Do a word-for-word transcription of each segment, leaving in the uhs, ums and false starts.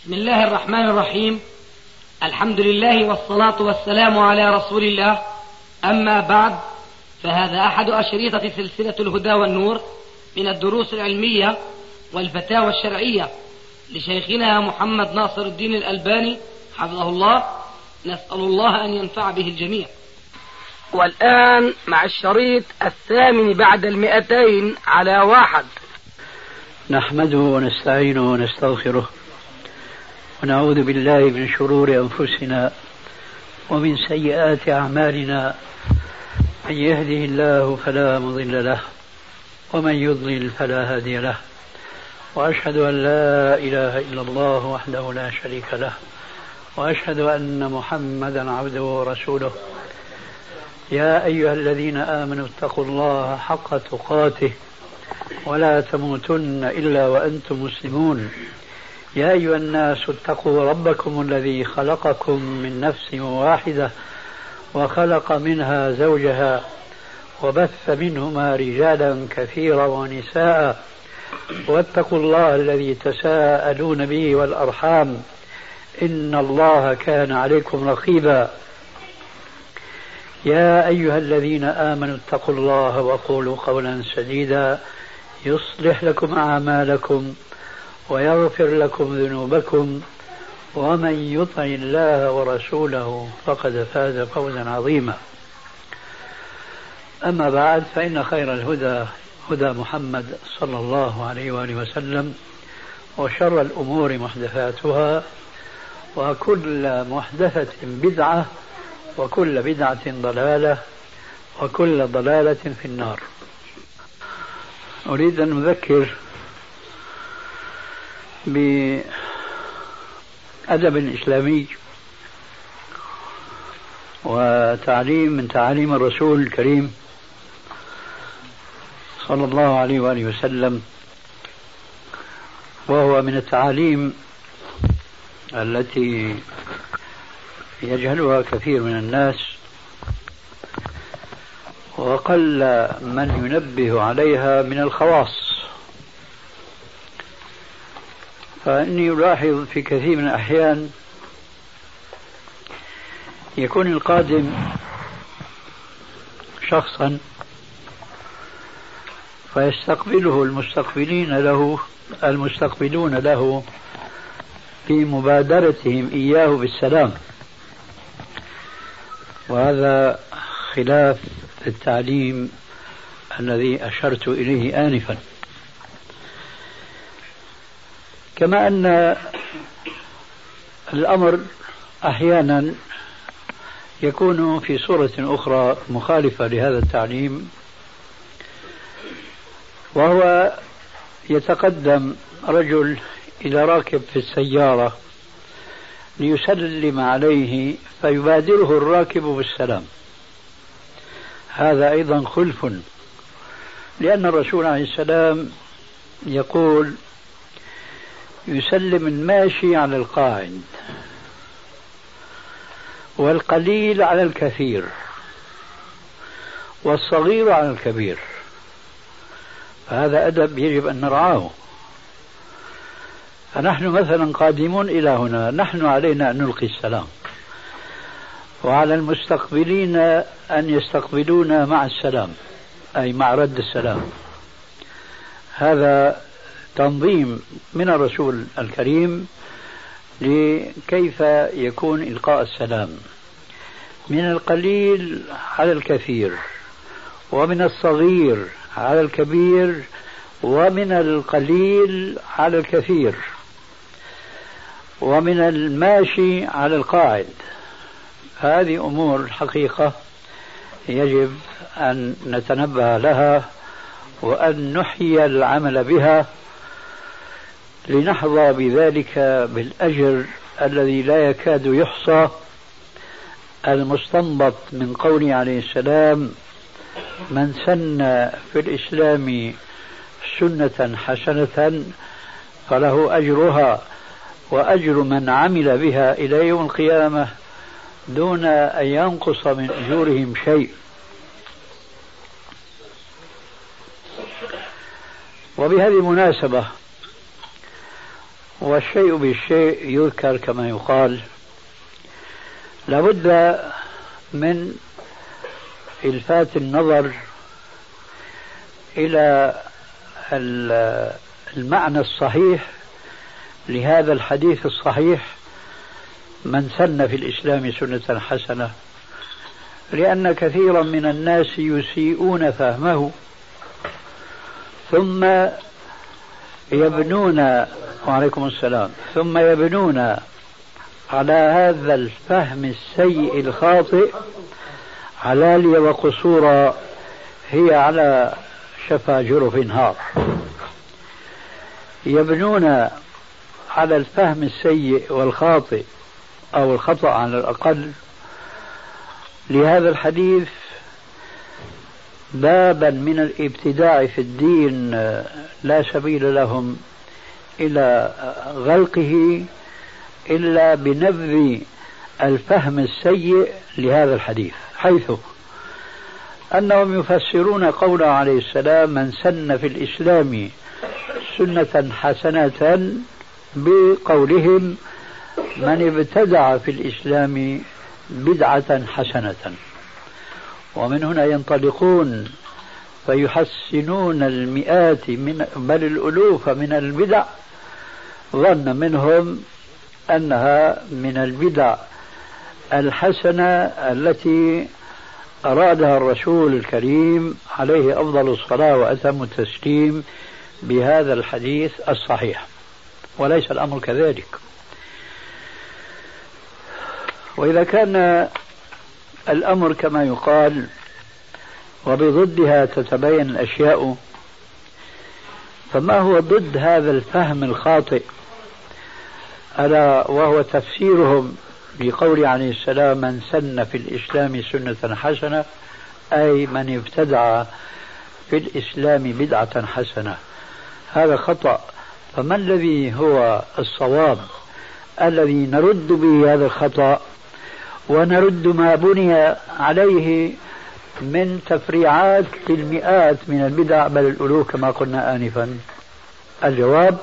بسم الله الرحمن الرحيم. الحمد لله والصلاة والسلام على رسول الله. أما بعد، فهذا أحد أشريطة سلسلة الهدى والنور من الدروس العلمية والفتاوى الشرعية لشيخنا محمد ناصر الدين الألباني حفظه الله. نسأل الله أن ينفع به الجميع. والآن مع الشريط الثامن بعد المئتين على واحد. نحمده ونستعينه ونستغفره ونعوذ بالله من شرور أنفسنا ومن سيئات أعمالنا. من يهده الله فلا مضل له ومن يضلل فلا هادي له، وأشهد أن لا إله إلا الله وحده لا شريك له، وأشهد أن محمدا عبده ورسوله. يا أيها الذين آمنوا اتقوا الله حق تقاته ولا تموتن إلا وأنتم مسلمون. يا أيها الناس اتقوا ربكم الذي خلقكم من نفس واحدة وخلق منها زوجها وبث منهما رجالا كثيرا ونساء، واتقوا الله الذي تساءلون به والأرحام إن الله كان عليكم رقيبا. يا أيها الذين آمنوا اتقوا الله وقولوا قولا سديدا يصلح لكم أعمالكم ويغفر لكم ذنوبكم، ومن يطع الله ورسوله فقد فاز فوزا عظيما. أما بعد، فإن خير الهدى هدى محمد صلى الله عليه وآله وسلم، وشر الأمور محدثاتها، وكل محدثة بدعة، وكل بدعة ضلالة، وكل ضلالة في النار. أريد أن أذكر بأدب إسلامي وتعليم من تعاليم الرسول الكريم صلى الله عليه وآله وسلم، وهو من التعاليم التي يجهلها كثير من الناس، وقل من ينبه عليها من الخواص. فإني ألاحظ في كثير من الأحيان يكون القادم شخصا فيستقبله المستقبلين له المستقبلون له في مبادرتهم إياه بالسلام، وهذا خلاف التعليم الذي أشرت إليه آنفا. كما أن الأمر أحيانا يكون في صورة أخرى مخالفة لهذا التعليم، وهو يتقدم رجل إلى راكب في السيارة ليسلم عليه فيبادره الراكب بالسلام. هذا أيضا خلف، لأن الرسول عليه السلام يقول: يسلم الماشي على القاعد، والقليل على الكثير، والصغير على الكبير. فهذا أدب يجب أن نرعاه. فنحن مثلا قادمون إلى هنا، نحن علينا أن نلقي السلام، وعلى المستقبلين أن يستقبلونا مع السلام، أي مع رد السلام. هذا تنظيم من الرسول الكريم لكيف يكون إلقاء السلام، من القليل على الكثير، ومن الصغير على الكبير، ومن القليل على الكثير، ومن الماشي على القاعد. هذه أمور الحقيقة يجب أن نتنبه لها وأن نحيي العمل بها، لنحظى بذلك بالأجر الذي لا يكاد يحصى، المستنبط من قوله عليه السلام: من سن في الإسلام سنة حسنة فله أجرها وأجر من عمل بها إلى يوم القيامة دون أن ينقص من أجورهم شيء. وبهذه المناسبة والشيء بالشيء يذكر كما يقال. لابد من إلفات النظر إلى المعنى الصحيح لهذا الحديث الصحيح: من سن في الإسلام سنة حسنة، لأن كثيرا من الناس يسيئون فهمه ثم يبنون وعليكم السلام ثم يبنون على هذا الفهم السيء الخاطئ علالي وقصورا هي على شفا جرف نهار. يبنون على الفهم السيء والخاطئ أو الخطأ على الأقل لهذا الحديث بابا من الابتداع في الدين لا سبيل لهم إلى غلقه إلا بنبذ الفهم السيء لهذا الحديث، حيث أنهم يفسرون قوله عليه السلام: من سن في الإسلام سنة حسنة بقولهم: من ابتدع في الإسلام بدعة حسنة. ومن هنا ينطلقون فيحسنون المئات من بل الألوف من البدع، ظن منهم أنها من البدع الحسنة التي أرادها الرسول الكريم عليه أفضل الصلاة وأتم التسليم بهذا الحديث الصحيح، وليس الأمر كذلك. وإذا كان الأمر كما يقال وبضدها تتبين الأشياء، فما هو ضد هذا الفهم الخاطئ؟ ألا وهو تفسيرهم لقول عليه السلام: من سن في الإسلام سنة حسنة، أي من ابتدع في الإسلام بدعة حسنة. هذا خطأ. فما الذي هو الصواب الذي نرد به هذا الخطأ ونرد ما بني عليه من تفريعات المئات من البدع بل الألوف كما قلنا آنفا؟ الجواب: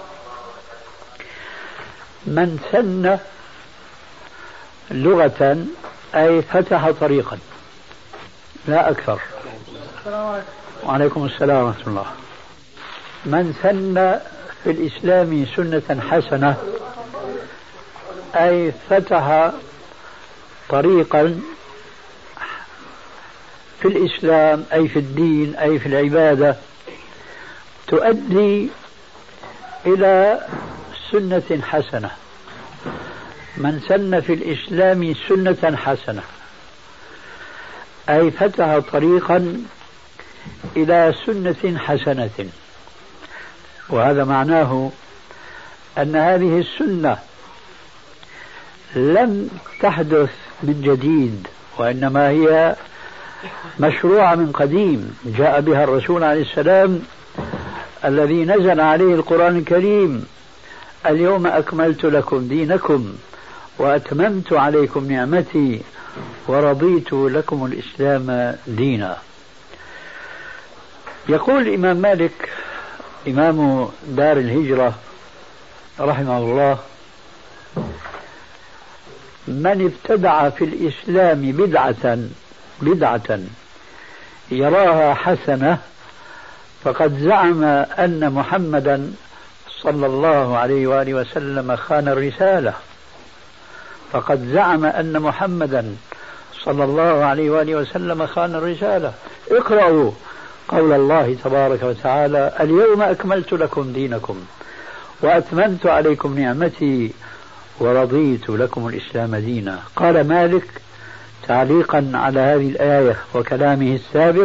من سن لغة أي فتح طريقا، لا أكثر. وعليكم السلام ورحمة الله. من سن في الإسلام سنة حسنة أي فتح طريقا في الإسلام أي في الدين أي في العبادة تؤدي إلى سنة حسنة. من سن في الإسلام سنة حسنة أي فتح طريقا إلى سنة حسنة، وهذا معناه أن هذه السنة لم تحدث من جديد، وإنما هي مشروعة من قديم، جاء بها الرسول عليه السلام الذي نزل عليه القرآن الكريم: اليوم أكملت لكم دينكم وأتممت عليكم نعمتي ورضيت لكم الإسلام دينا. يقول الإمام مالك إمام دار الهجرة رحمه الله: من ابتدع في الإسلام بدعة بدعة يراها حسنة فقد زعم أن محمدا صلى الله عليه وآله وسلم خان الرسالة، فقد زعم أن محمدا صلى الله عليه وآله وسلم خان الرسالة. اقرأوا قول الله تبارك وتعالى: اليوم أكملت لكم دينكم وأتممت عليكم نعمتي ورضيت لكم الإسلام دينا. قال مالك تعليقا على هذه الآية وكلامه السابق: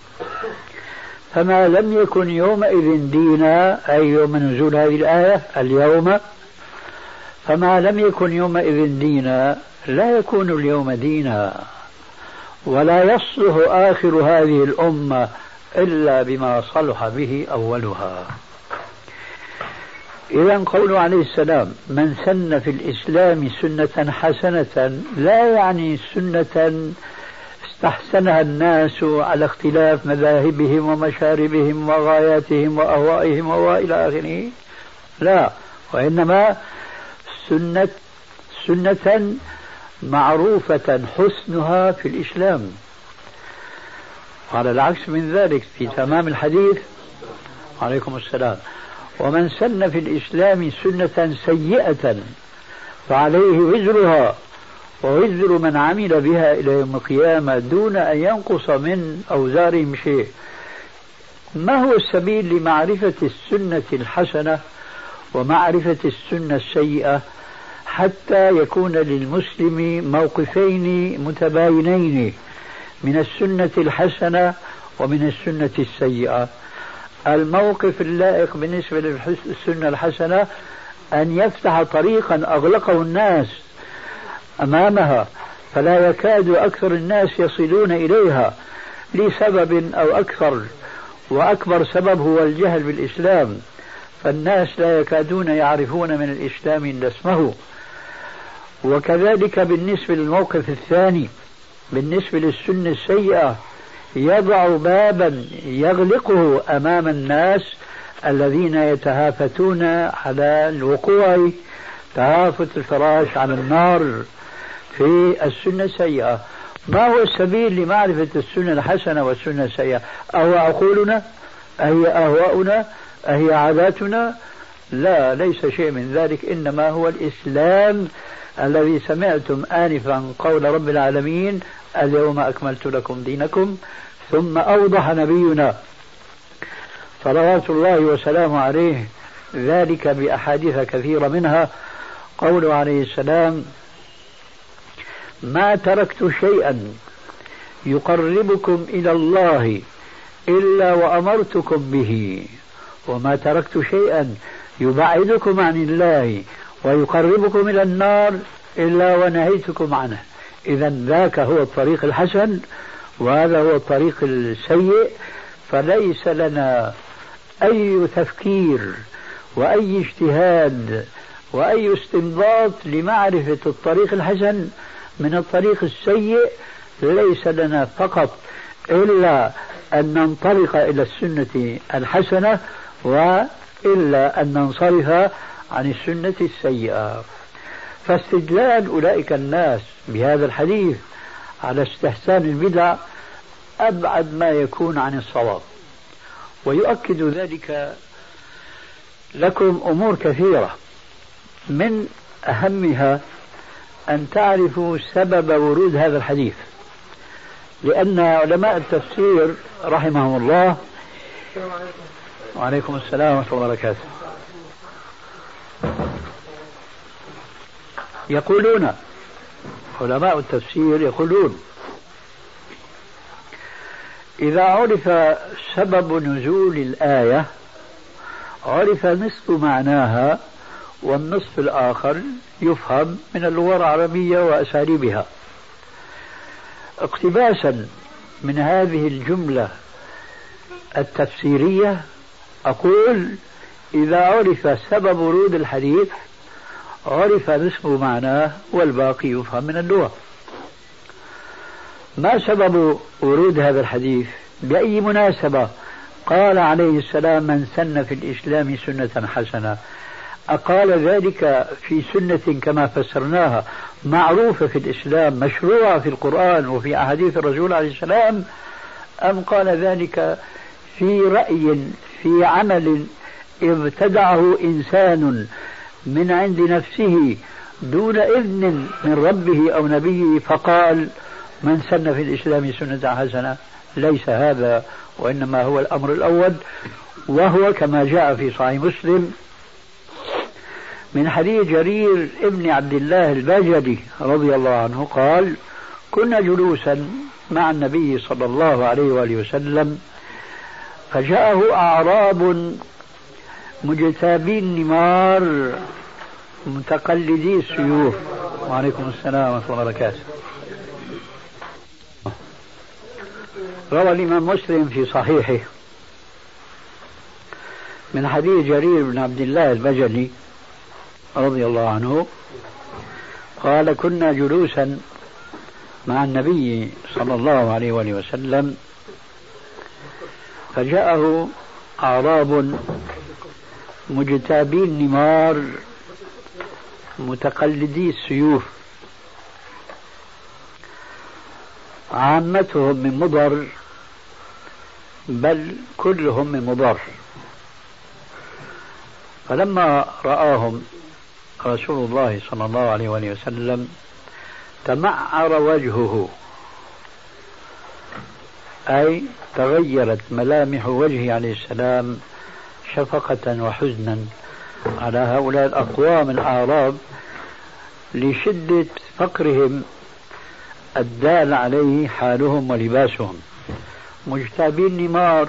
فما لم يكن يومئذ دينا، أي يوم نزول هذه الآية اليوم، فما لم يكن يومئذ دينا لا يكون اليوم دينا، ولا يصلح آخر هذه الأمة إلا بما صلح به أولها. إذن قوله عليه السلام: من سن في الإسلام سنة حسنة لا يعني سنة استحسنها الناس على اختلاف مذاهبهم ومشاربهم وغاياتهم وأهوائهم وإلى آخره، لا، وإنما سنة سنة معروفة حسنها في الإسلام. على العكس من ذلك في تمام الحديث عليكم السلام: ومن سن في الإسلام سنة سيئة فعليه وزرها ووزر من عمل بها إلى يوم القيامة دون أن ينقص من أوزارهم شيء. ما هو السبيل لمعرفة السنة الحسنة ومعرفة السنة السيئة حتى يكون للمسلم موقفين متباينين من السنة الحسنة ومن السنة السيئة؟ الموقف اللائق بالنسبة للسنة الحسنة أن يفتح طريقا أغلقه الناس أمامها فلا يكاد أكثر الناس يصلون إليها لسبب أو أكثر، وأكبر سبب هو الجهل بالإسلام، فالناس لا يكادون يعرفون من الإسلام إلا اسمه. وكذلك بالنسبة للموقف الثاني بالنسبة للسنة السيئة يضع بابا يغلقه أمام الناس الذين يتهافتون على الوقوع تهافت الفراش على النار في السنة السيئة. ما هو السبيل لمعرفة السنة الحسنة والسنة السيئة؟ أهو عقولنا؟ أهي أهواؤنا؟ أهي عاداتنا؟ لا، ليس شيء من ذلك، إنما هو الإسلام الذي سمعتم آنفا قول رب العالمين: اليوم أكملت لكم دينكم. ثم أوضح نبينا صلوات الله وسلامه عليه ذلك بأحاديث كثيرة، منها قوله عليه السلام: ما تركت شيئا يقربكم إلى الله إلا وأمرتكم به، وما تركت شيئا يبعدكم عن الله ويقربكم إلى النار إلا ونهيتكم عنه. إذا ذاك هو الطريق الحسن وهذا هو الطريق السيء، فليس لنا أي تفكير وأي اجتهاد وأي استنباط لمعرفة الطريق الحسن من الطريق السيء. ليس لنا فقط إلا أن ننطلق إلى السنة الحسنة وإلا أن ننصرف عن السنة السيئة. فاستدلال أولئك الناس بهذا الحديث على استحسان البدع أبعد ما يكون عن الصواب. ويؤكد ذلك لكم أمور كثيرة، من أهمها أن تعرفوا سبب ورود هذا الحديث، لأن علماء التفسير رحمهم الله وعليكم السلام ورحمة الله وبركاته يقولون علماء التفسير يقولون: إذا عرف سبب نزول الآية عرف نصف معناها والنصف الآخر يفهم من اللغة العربية وأساليبها. اقتباسا من هذه الجملة التفسيرية أقول: إذا عرف سبب ورود الحديث عرف نصف معناه والباقي يفهم من اللغة. ما سبب ورود هذا الحديث؟ بأي مناسبة قال عليه السلام: من سن في الإسلام سنة حسنة؟ أقال ذلك في سنة كما فسرناها معروفة في الإسلام مشروعة في القرآن وفي أحاديث الرسول عليه السلام، أم قال ذلك في رأي في عمل ابتدعه إنسان من عند نفسه دون إذن من ربه أو نبيه فقال: من سن في الإسلام سنة حسنة؟ ليس هذا، وإنما هو الأمر الأول، وهو كما جاء في صحيح مسلم من حديث جرير ابن عبد الله البجلي رضي الله عنه قال: كنا جلوسا مع النبي صلى الله عليه وآله وسلم فجاءه أعراب مجتابي النمار متقلدي السيوف. وعليكم السلام ورحمة الله وبركاته. روى الإمام مسلم في صحيحه من حديث جرير بن عبد الله البجلي رضي الله عنه قال: كنا جلوسا مع النبي صلى الله عليه وآله وسلم فجاءه أعراب مجتابي النمار متقلدي السيوف، عامتهم من مضر بل كلهم من مضر. فلما رآهم رسول الله صلى الله عليه وسلم تمعر وجهه، أي تغيرت ملامح وجهه عليه السلام شفقة وحزنا على هؤلاء الأقوام الأعراب لشدة فقرهم الدال عليه حالهم ولباسهم. مجتابي النمار،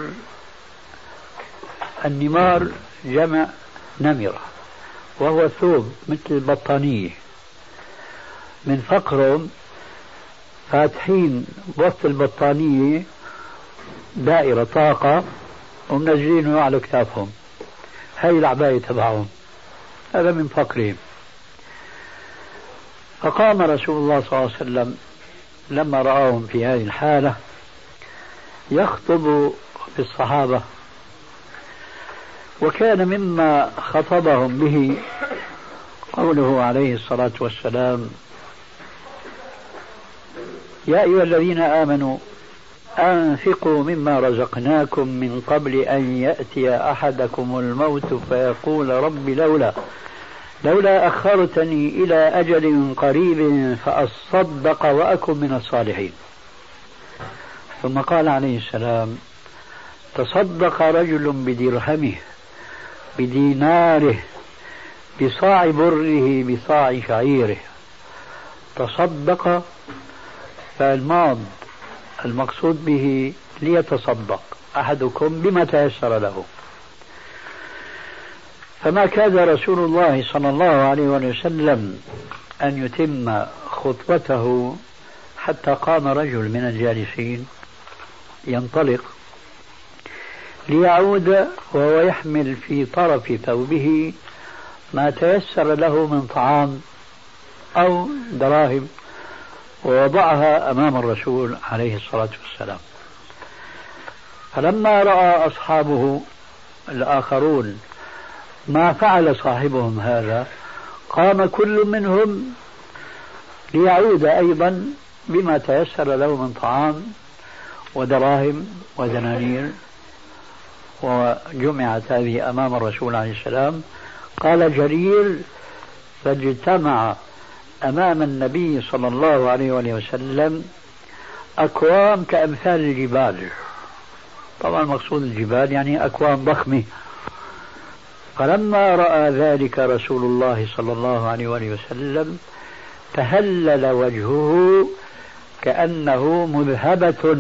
النمار جمع نمرة وهو ثوب مثل البطانية، من فقرهم فاتحين بوسط البطانية دائرة طاقة ومنزلينه على كتافهم، هاي العباية تبعهم، هذا من فقرهم. فقام رسول الله صلى الله عليه وسلم لما رآهم في هذه الحالة يخطب بالصحابة، وكان مما خطبهم به قوله عليه الصلاة والسلام: يا أيها الذين آمنوا أنفقوا مما رزقناكم من قبل أن يأتي أحدكم الموت فيقول رب لولا لولا أخرتني إلى أجل قريب فأصدق وأكن من الصالحين. ثم قال عليه السلام: تصدق رجل بدرهمه بديناره بصاع بره بصاع شعيره. تصدق فالماض المقصود به ليتصدق أحدكم بما تيسر له. فما كاد رسول الله صلى الله عليه وسلم أن يتم خطبته حتى قام رجل من الجالسين ينطلق ليعود وهو يحمل في طرف ثوبه ما تيسر له من طعام أو دراهم، ووضعها أمام الرسول عليه الصلاة والسلام. فلما رأى أصحابه الآخرون ما فعل صاحبهم هذا قام كل منهم ليعود أيضا بما تيسر له من طعام ودراهم ودنانير، وجمعت هذه أمام الرسول عليه السلام. قال جرير: فاجتمع أمام النبي صلى الله عليه وسلم أكوام كأمثال الجبال. طبعا مقصود الجبال يعني أكوام ضخمة. فلما رأى ذلك رسول الله صلى الله عليه وسلم تهلل وجهه كأنه مذهبة،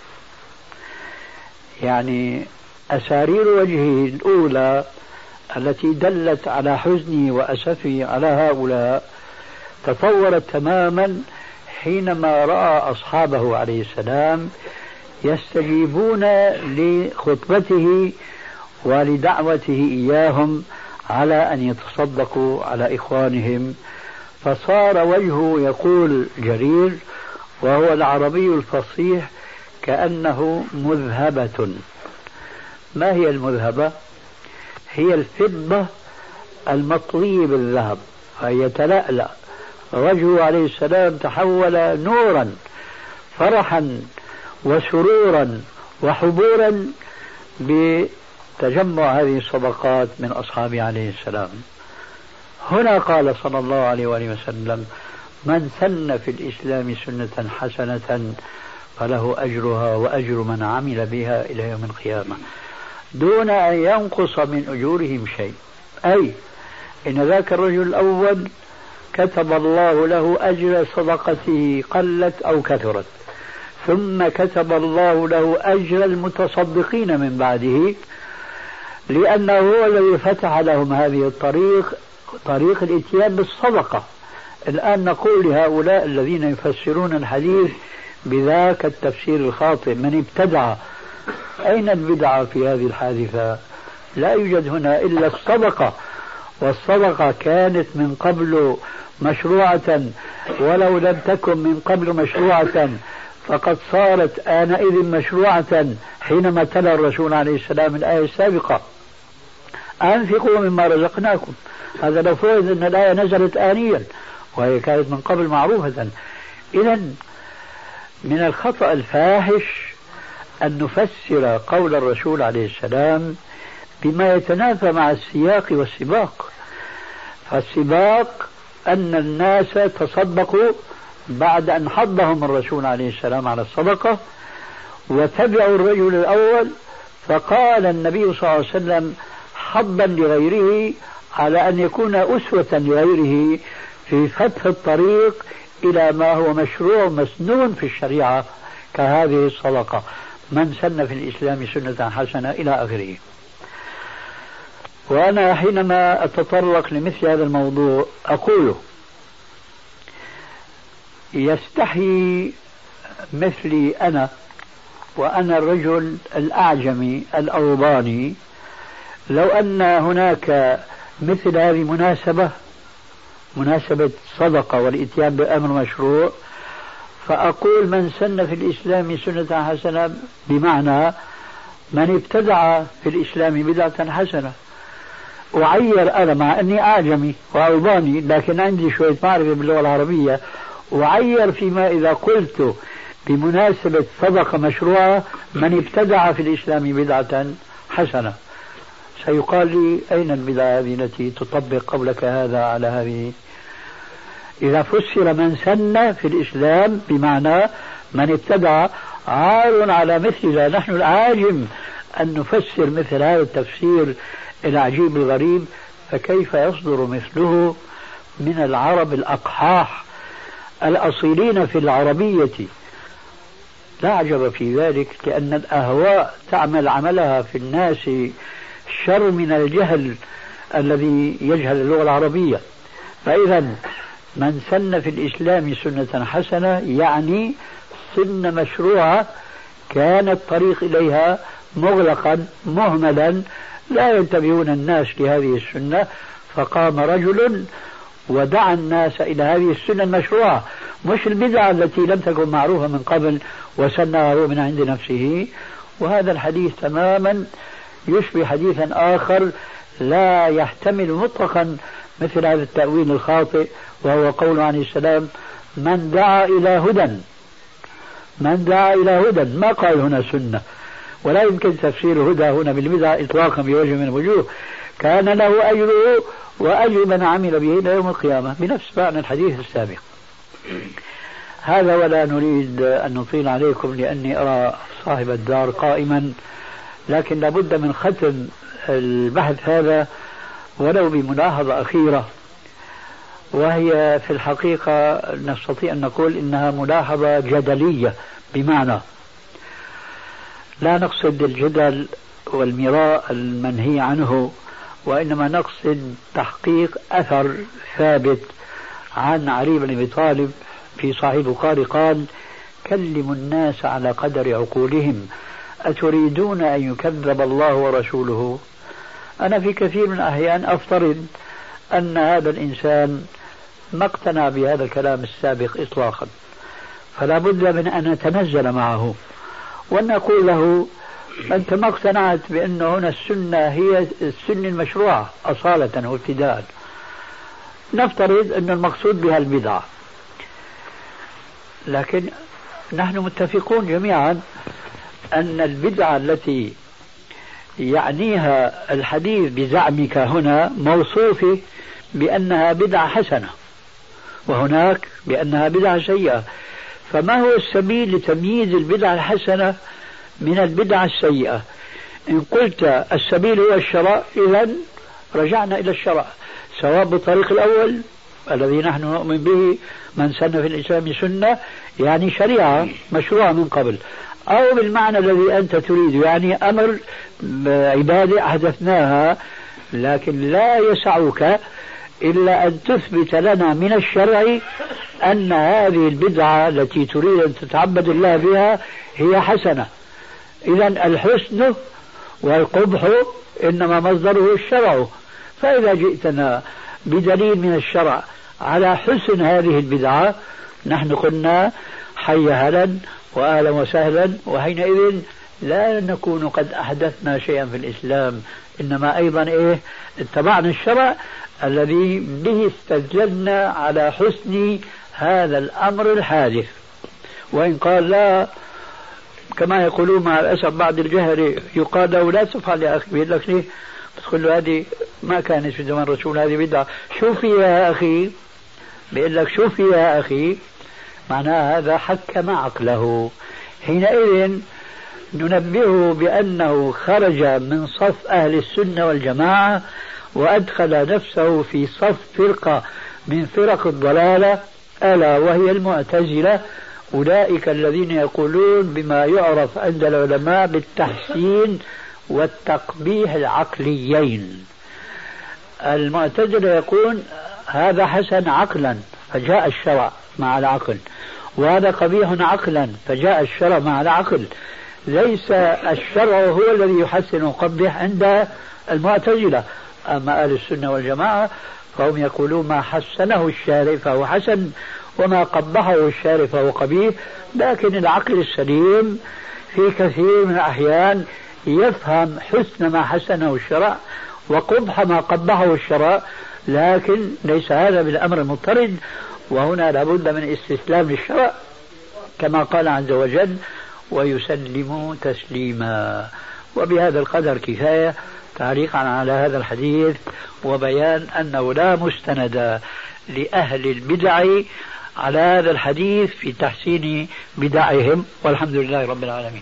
يعني أسارير وجهه الأولى التي دلت على حزنه وأسفه على هؤلاء تطورت تماما حينما رأى أصحابه عليه السلام يستجيبون لخطبته ولدعوته إياهم على أن يتصدقوا على إخوانهم. فصار وجهه، يقول جرير وهو العربي الفصيح، كأنه مذهبة. ما هي المذهبة؟ هي الفضة المطلية بالذهب، فهي تلألأ. وجهه عليه السلام تحول نورا فرحا وسرورا وحبورا بتجمع هذه الصدقات من أصحابه عليه السلام. هنا قال صلى الله عليه وسلم: من سن في الإسلام سنة حسنة فله أجرها وأجر من عمل بها إلى يوم القيامة دون أن ينقص من أجورهم شيء. أي إن ذاك الرجل الأول كتب الله له أجر صدقته قلت أو كثرت، ثم كتب الله له أجر المتصدقين من بعده، لأنه هو الذي فتح لهم هذه الطريق، طريق الاتيان بالصدقة. الآن نقول لهؤلاء الذين يفسرون الحديث بذاك التفسير الخاطئ: من ابتدع. أين البدعة في هذه الحادثة؟ لا يوجد هنا إلا الصدقة، والصدقة كانت من قبل مشروعة، ولو لم تكن من قبل مشروعة فقد صارت آنئذ مشروعة حينما تلا الرسول عليه السلام الآية السابقة: أنفقوا مما رزقناكم. هذا لو فرض أن الآية نزلت آنيا وهي كانت من قبل معروفة. إذن من الخطأ الفاحش أن نفسر قول الرسول عليه السلام بما يتنافى مع السياق والسباق. فالسباق أن الناس تصدقوا بعد أن حضهم الرسول عليه السلام على الصدقة، وتبعوا الرجل الأول، فقال النبي صلى الله عليه وسلم حضا لغيره على أن يكون أسوة لغيره في فتح الطريق إلى ما هو مشروع مسنون في الشريعة كهذه الصدقة. من سن في الإسلام سنة حسنة إلى آخره. وأنا حينما أتطرق لمثل هذا الموضوع أقول يستحي مثلي أنا، وأنا الرجل الأعجمي الأوروباني، لو أن هناك مثل هذه مناسبة مناسبة صدقة والإتيان بأمر مشروع، فأقول من سن في الإسلام سنة حسنة بمعنى من ابتدع في الإسلام بدعة حسنة. أعير أنا مع أني أعجمي وأوروباني لكن عندي شوية معرفة باللغة العربية، أعير فيما إذا قلت بمناسبة صدقة مشروعة من ابتدع في الإسلام بدعة حسنة. سيقال لي أين البدعة هذه التي تطبق قولك هذا على هذه؟ إذا فسر من سن في الإسلام بمعنى من ابتدع عار على مثلنا نحن العاجم أن نفسر مثل هذا التفسير العجيب الغريب، فكيف يصدر مثله من العرب الأقحاح الأصيلين في العربية؟ لا عجب في ذلك، لأن الأهواء تعمل عملها في الناس شر من الجهل الذي يجهل اللغة العربية. فإذا من سن في الإسلام سنة حسنة يعني سنة مشروعة كان الطريق إليها مغلقا مهملا لا ينتبهون الناس لهذه السنة، فقام رجل ودعا الناس إلى هذه السنة المشروعة، مش البدعة التي لم تكن معروفة من قبل وسنها من عند نفسه. وهذا الحديث تماما يشبه حديثا آخر لا يحتمل مطلقا مثل هذا التأويل الخاطئ، وهو قول عليه السلام من دعا إلى هدى. من دعا إلى هدى ما قال هنا سنة، ولا يمكن تفسير الهدى هنا بالبدعة إطلاقا بوجه من الوجوه. كان له أجره وأجر من عمل به إلى يوم القيامة بنفس معنى الحديث السابق. هذا ولا نريد أن نطيل عليكم لأني أرى صاحب الدار قائما، لكن لابد من ختم البحث هذا ولو بملاحظة أخيرة، وهي في الحقيقة نستطيع أن نقول إنها ملاحظة جدلية، بمعنى لا نقصد الجدل والمراء المنهي عنه، وإنما نقصد تحقيق أثر ثابت عن علي بن أبي طالب في صحيح البخاري قال كلموا الناس على قدر عقولهم أتريدون أن يكذب الله ورسوله. أنا في كثير من الأحيان أفترض أن هذا الإنسان ما اقتنع بهذا الكلام السابق إطلاقا، فلا بد من أن نتنزل معه وأن نقول له أنت ما اقتنعت بأن هنا السنة هي السنة المشروعة أصالة وابتداء، نفترض أن المقصود بها البدعة، لكن نحن متفقون جميعا أن البدعة التي يعنيها الحديث بزعمك هنا موصوفة بأنها بدعة حسنة، وهناك بأنها بدعة سيئة. فما هو السبيل لتمييز البدعة الحسنة من البدعة السيئة؟ إن قلت السبيل هو الشرع، إذن رجعنا إلى الشرع، سواء بالطريق الأول الذي نحن نؤمن به من سن في الإسلام سنة يعني شريعة مشروعة من قبل، أو بالمعنى الذي أنت تريد يعني أمر عبادة أحدثناها، لكن لا يسعك إلا أن تثبت لنا من الشرع أن هذه البدعة التي تريد أن تتعبد الله بها هي حسنة. إذن الحسن والقبح إنما مصدره الشرع، فإذا جئتنا بدليل من الشرع على حسن هذه البدعة نحن قلنا حي هلا وأهلا وسهلا، وحينئذ لا نكون قد أحدثنا شيئا في الإسلام إنما أيضا إيه اتبعنا الشرع الذي به استدللنا على حسن هذا الأمر الحادث. وإن قال لا كما يقولون مع الأسف بعض الجهل يقال له لا تفعل يا أخي، بيقول لك ليه؟ بتقول له هذه ما كانت في زمان الرسول، هذه بدعة. شو فيها يا أخي؟ بيقول لك شو فيها يا أخي؟ معناها هذا حكم عقله. حينئذ ننبهه بأنه خرج من صف أهل السنة والجماعة وأدخل نفسه في صف فرقة من فرق الضلالة، ألا وهي المعتزلة، أولئك الذين يقولون بما يعرف عند العلماء بالتحسين والتقبيح العقليين. المعتزلة يقول هذا حسن عقلا فجاء الشرع مع العقل، وهذا قبيح عقلا فجاء الشرع مع العقل. ليس الشرع هو الذي يحسن ويقبح عند المعتزلة. أما أهل السنة والجماعة فهم يقولون ما حسنه الشارع فهو حسن وما قبحه الشارع فهو قبيح. لكن العقل السليم في كثير من الأحيان يفهم حسن ما حسنه الشرع وقبح ما قبحه الشرع، لكن ليس هذا بالأمر المضطرد. وهنا لابد من استسلام للشرع كما قال عز وجل ويسلموا تسليما. وبهذا القدر كفاية تعليقا على هذا الحديث وبيان أنه لا مستند لأهل البدع على هذا الحديث في تحسين بدعهم، والحمد لله رب العالمين.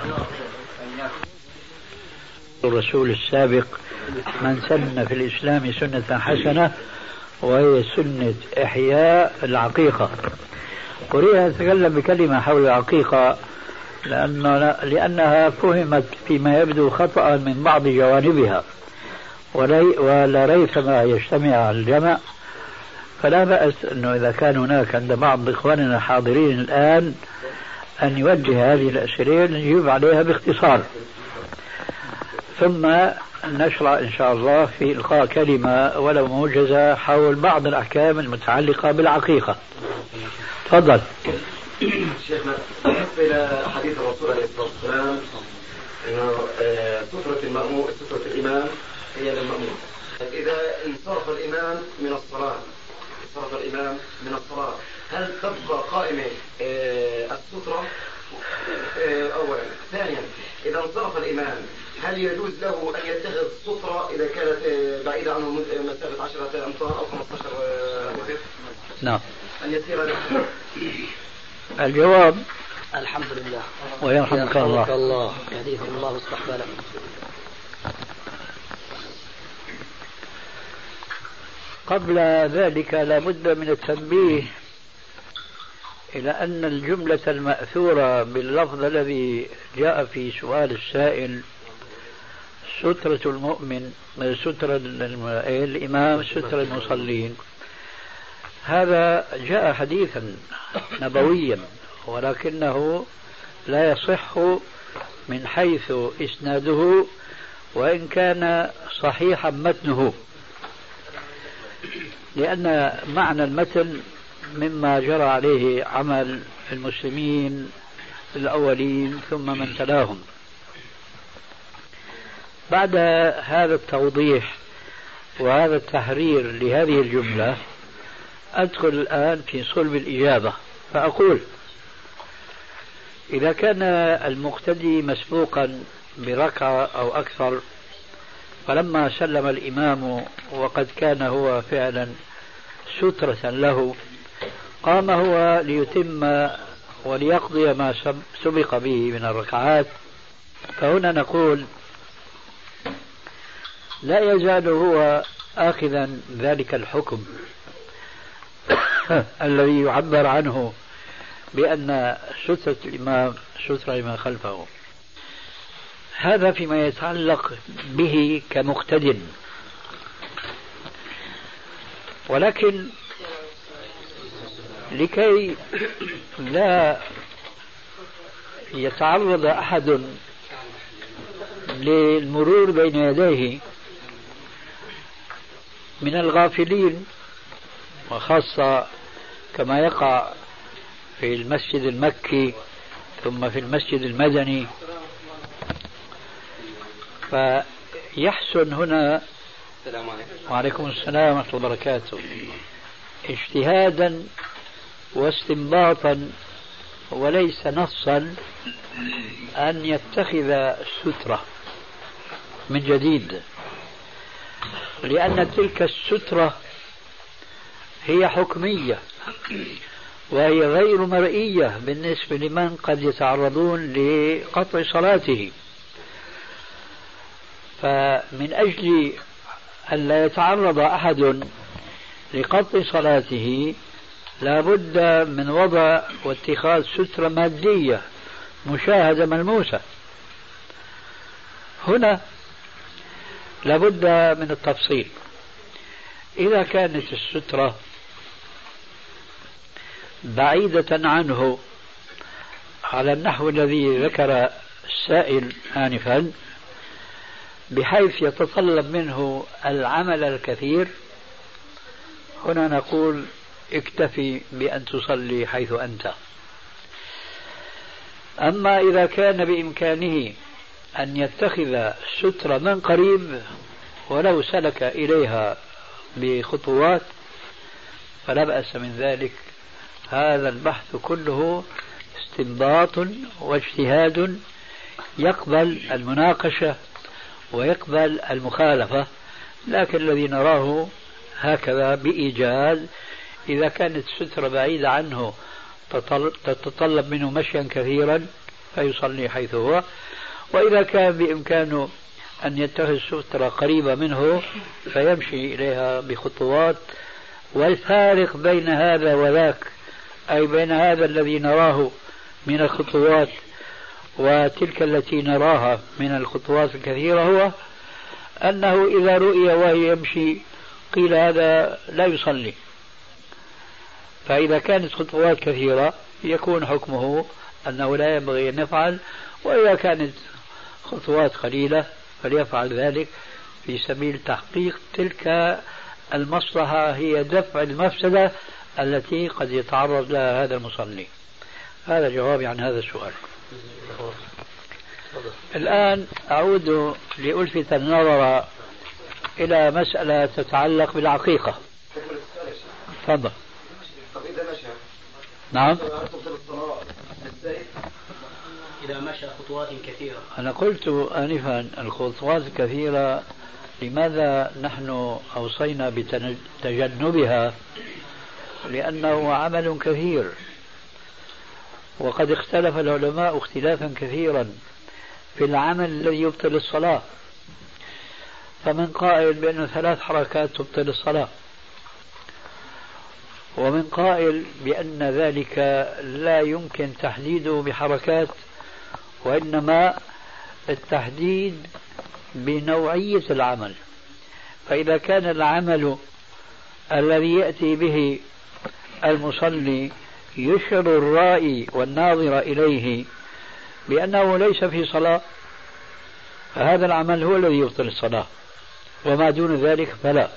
الرسول السابق من سن في الإسلام سنة حسنة وهي سنة إحياء العقيقة. أريد أن أتكلم بكلمة حول العقيقة لأنه لأنها فهمت فيما يبدو خطأ من بعض جوانبها، ولا ريثما يجتمع على الجمع، فلا بأس أنه إذا كان هناك عند بعض إخواننا الحاضرين الآن أن يوجه هذه الأسئلة نجيب عليها باختصار، ثم نشرع إن شاء الله في إلقاء كلمة ولو موجزة حول بعض الأحكام المتعلقة بالعقيقة. تفضل. شيخنا إلى حديث الرسول عليه الصلاة والسلام أنه سترة المأموم سترة الإمام هي للمأموم. إذا انصرف الإمام من الصلاة انصرف الإمام من الصلاة هل تبقى قائمة السترة أولا؟ ثانيا إذا انصرف الإمام هل يجوز له أن يتخذ سترة إذا كانت بعيدة عنه مسافة عشرة أمتار أو خمسة عشر متر؟ نعم. أن يسير له. الجواب الحمد لله ويرحمك الله. الله يهديكم الله واستقبلكم. قبل ذلك لابد من التنبيه إلى أن الجملة المأثورة باللفظ الذي جاء في سؤال السائل سترة المؤمن سترة الإمام سترة المصلين، هذا جاء حديثا نبويا ولكنه لا يصح من حيث إسناده وإن كان صحيحا متنه، لأن معنى المتن مما جرى عليه عمل المسلمين الأولين ثم من تلاهم. بعد هذا التوضيح وهذا التحرير لهذه الجملة أدخل الآن في صلب الإجابة فأقول إذا كان المقتدي مسبوقا بركعة أو أكثر فلما سلم الإمام وقد كان هو فعلا سترة له قام هو ليتم وليقضي ما سبق به من الركعات، فهنا نقول لا يزال هو آخذا ذلك الحكم الذي يعبر عنه بأن سترة الإمام سترة لمن خلفه. هذا فيما يتعلق به كمقتد، ولكن لكي لا يتعرض أحد للمرور بين يديه من الغافلين، وخاصة كما يقع في المسجد المكي ثم في المسجد المدني، يحسن هنا. السلام عليكم. وعليكم السلام ورحمة الله وبركاته. اجتهادا واستنباطا وليس نصا أن يتخذ سترة من جديد، لأن تلك السترة هي حكمية وهي غير مرئية بالنسبة لمن قد يتعرضون لقطع صلاته. فمن أجل أن لا يتعرض أحد لقطع صلاته لا بد من وضع واتخاذ سترة مادية مشاهدة ملموسة. هنا لا بد من التفصيل. إذا كانت السترة بعيدة عنه على النحو الذي ذكر السائل آنفا بحيث يتطلب منه العمل الكثير، هنا نقول اكتفي بأن تصلي حيث أنت. أما إذا كان بإمكانه أن يتخذ سترة من قريب ولو سلك إليها بخطوات فلا بأس من ذلك. هذا البحث كله استنباط واجتهاد يقبل المناقشة ويقبل المخالفة، لكن الذي نراه هكذا بإيجاز إذا كانت السترة بعيدة عنه تتطلب منه مشيا كثيرا فيصلي حيث هو، وإذا كان بإمكانه أن يتخذ سترة قريبة منه فيمشي إليها بخطوات. والفارق بين هذا وذاك أي بين هذا الذي نراه من الخطوات وتلك التي نراها من الخطوات الكثيرة هو أنه إذا رؤي وهي يمشي قيل هذا لا يصلي. فإذا كانت خطوات كثيرة يكون حكمه أنه لا ينبغي أن يفعل، وإذا كانت خطوات قليلة فليفعل ذلك في سبيل تحقيق تلك المصلحة، هي دفع المفسدة التي قد يتعرض لها هذا المصلي. هذا جوابي عن هذا السؤال. الآن أعود لألفت النظر إلى مسألة تتعلق بالعقيقة. تفضل. نعم. إذا مشى خطوات كثيرة. أنا قلت آنفا الخطوات الكثيرة لماذا نحن أوصينا بتجنبها؟ لأنه عمل كثير، وقد اختلف العلماء اختلافا كثيرا في العمل الذي يبطل الصلاة. فمن قائل بأن ثلاث حركات تبطل الصلاة، ومن قائل بأن ذلك لا يمكن تحديده بحركات، وإنما التحديد بنوعية العمل. فإذا كان العمل الذي يأتي به المصلي يشعر الرائي والناظر إليه بأنه ليس في صلاة فهذا العمل هو الذي يبطل الصلاة، وما دون ذلك فلا.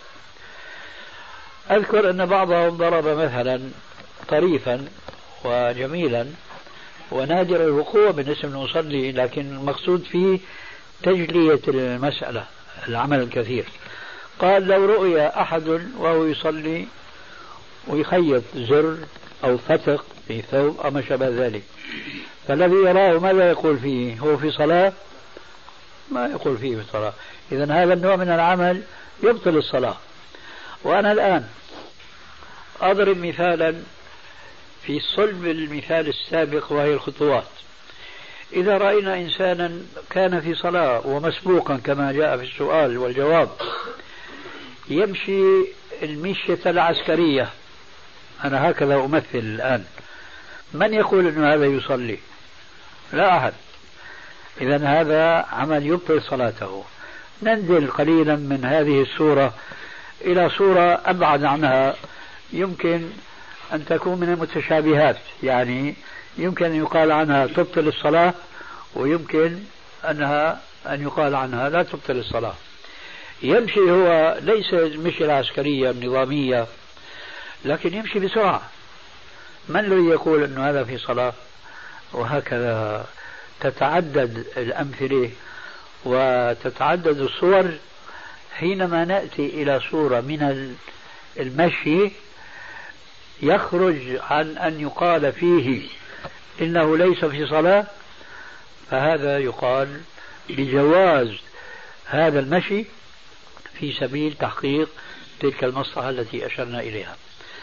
أذكر أن بعضهم ضرب مثلا طريفا وجميلا ونادر الوقوع بالنسبة للمصلي، لكن المقصود فيه تجلية المسألة العمل الكثير. قال لو رؤي أحد وهو يصلي ويخيط زر أو فتق في ثوب أو ما شابه ذلك، فالذي يراه ماذا يقول فيه؟ هو في صلاة؟ ما يقول فيه في صلاة. إذن هذا النوع من العمل يبطل الصلاة. وأنا الآن أضرب مثالا في صلب المثال السابق وهي الخطوات. إذا رأينا إنسانا كان في صلاة ومسبوقا كما جاء في السؤال والجواب يمشي المشية العسكرية، أنا هكذا أمثل الآن، من يقول أن هذا يصلي؟ لا أحد. إذن هذا عمل يبطل صلاته. ننزل قليلا من هذه الصورة إلى صورة أبعد عنها، يمكن أن تكون من المتشابهات، يعني يمكن أن يقال عنها تبطل الصلاة، ويمكن أنها أن يقال عنها لا تبطل الصلاة. يمشي هو ليس المشي العسكرية النظامية، لكن يمشي بسرعة، من الذي يقول أن هذا في صلاة؟ وهكذا تتعدد الأمثلة وتتعدد الصور. حينما نأتي إلى صورة من المشي يخرج عن أن يقال فيه إنه ليس في صلاة، فهذا يقال بجواز هذا المشي في سبيل تحقيق تلك المصلحة التي أشرنا إليها.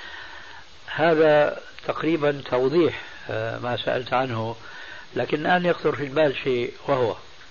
هذا تقريبا توضيح ما سألت عنه، لكن الآن يخطر في البال شيء، وهو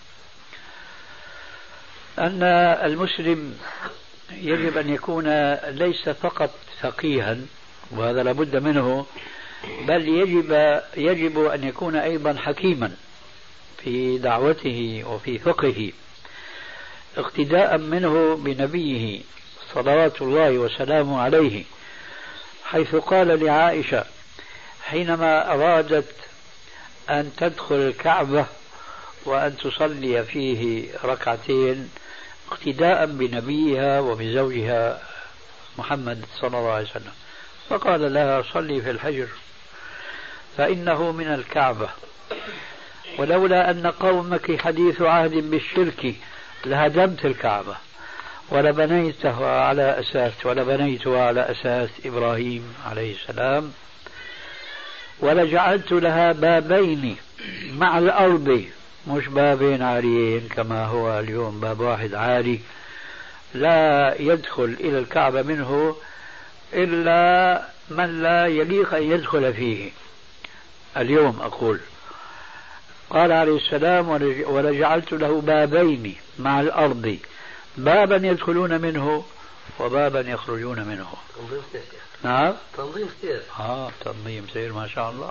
أن المسلم يجب أن يكون ليس فقط فقيها، وهذا لابد منه، بل يجب يجب أن يكون أيضا حكيما في دعوته وفي فقهه، اقتداء منه بنبيه صلوات الله وسلامه عليه، حيث قال لعائشة حينما أرادت أن تدخل الكعبة وأن تصلي فيه ركعتين اقتداء بنبيها وبزوجها محمد صلى الله عليه وسلم، فقال لها صلي في الحجر فإنه من الكعبة، ولولا أن قومك حديث عهد بالشرك لهدمت الكعبة ولبنيتها على أساس ولبنيتها على أساس إبراهيم عليه السلام، ولجعلت لها بابين مع الأرض، مش بابين عاليين كما هو اليوم، باب واحد عالي لا يدخل إلى الكعبة منه إلا من لا يليق أن يدخل فيه اليوم أقول. قال عليه السلام ولجعلت له بابين مع الأرض، بابا يدخلون منه وبابا يخرجون منه. تنظيم سير. نعم تنظيم سير. آه تنظيم سير ما شاء الله.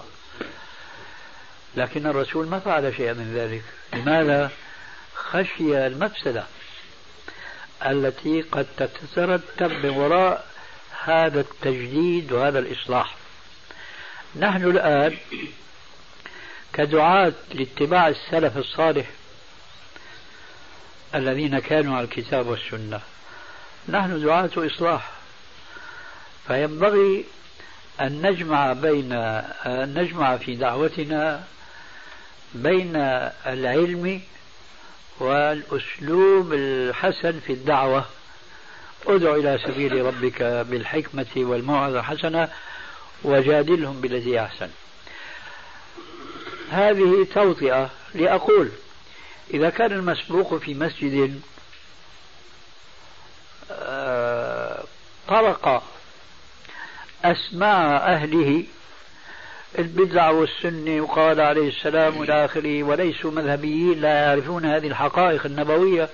لكن الرسول ما فعل شيئا من ذلك. لماذا؟ خشي المفسدة التي قد تترتب من وراء هذا التجديد وهذا الإصلاح. نحن الآن كدعاة لاتباع السلف الصالح الذين كانوا على الكتاب والسنة، نحن دعاة إصلاح، فينبغي أن نجمع بين أن نجمع في دعوتنا بين العلم والأسلوب الحسن في الدعوة. ادع إلى سبيل ربك بالحكمة والموعظة الحسنة وجادلهم بالذي أحسن. هذه توطئة لأقول إذا كان المسبوق في مسجد طرق أسماع أهله البدع والسنة وقال عليه السلام إلى آخره، وليسوا مذهبيين لا يعرفون هذه الحقائق النبوية،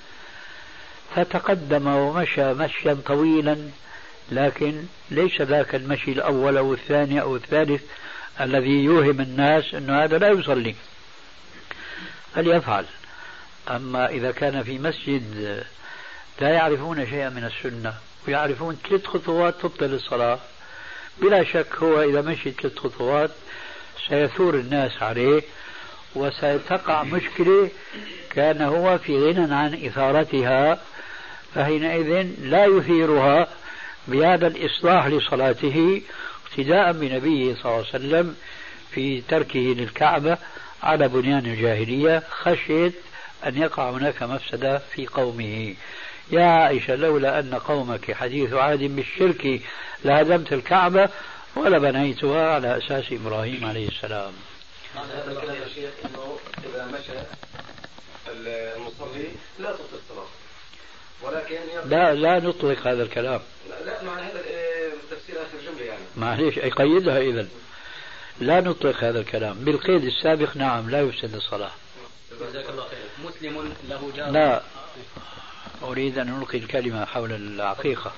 فتقدم ومشى مشيا طويلا، لكن ليس ذاك المشي الأول أو الثاني أو الثالث الذي يوهم الناس أن هذا لا يصلي، فليفعل. أما إذا كان في مسجد لا يعرفون شيئا من السنة ويعرفون ثلاث خطوات تبطل الصلاة، بلا شك هو إذا مشي ثلاث خطوات سيثور الناس عليه وستقع مشكلة كان هو في غنى عن إثارتها، فحينئذ لا يثيرها بهذا الإصلاح لصلاته اقتداء بنبيه صلى الله عليه وسلم في تركه للكعبة على بنيان الجاهلية، خشيت أن يقع هناك مفسدة في قومه. يا عائشة لولا أن قومك حديث عهد بالشرك لهدمت الكعبة ولبنيتها على أساس إبراهيم عليه السلام. هذا الكلام يا شيخ إنه إذا مشى المصلي لا تبطل الصلاة، ولكن لا لا نطلق هذا الكلام. لا, لا معنى هذا تفسير آخر جملة يعني. معليش يقيدها إذن. لا نطلق هذا الكلام بالقيد السابق. نعم لا يفسد الصلاة. جزاك الله خير. مسلم له جار. لا أريد أن ألقي الكلمة حول العقيقة.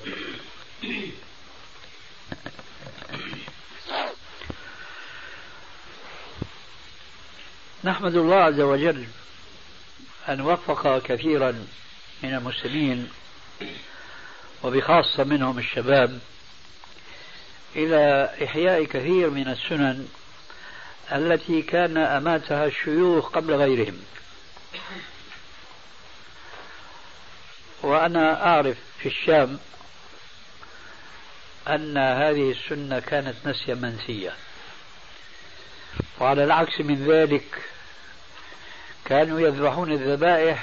نحمد الله عز وجل أن وفق كثيرا من المسلمين وبخاصة منهم الشباب إلى إحياء كثير من السنن التي كان أماتها الشيوخ قبل غيرهم. وأنا أعرف في الشام أن هذه السنة كانت نسيا منسية، وعلى العكس من ذلك كانوا يذبحون الذبائح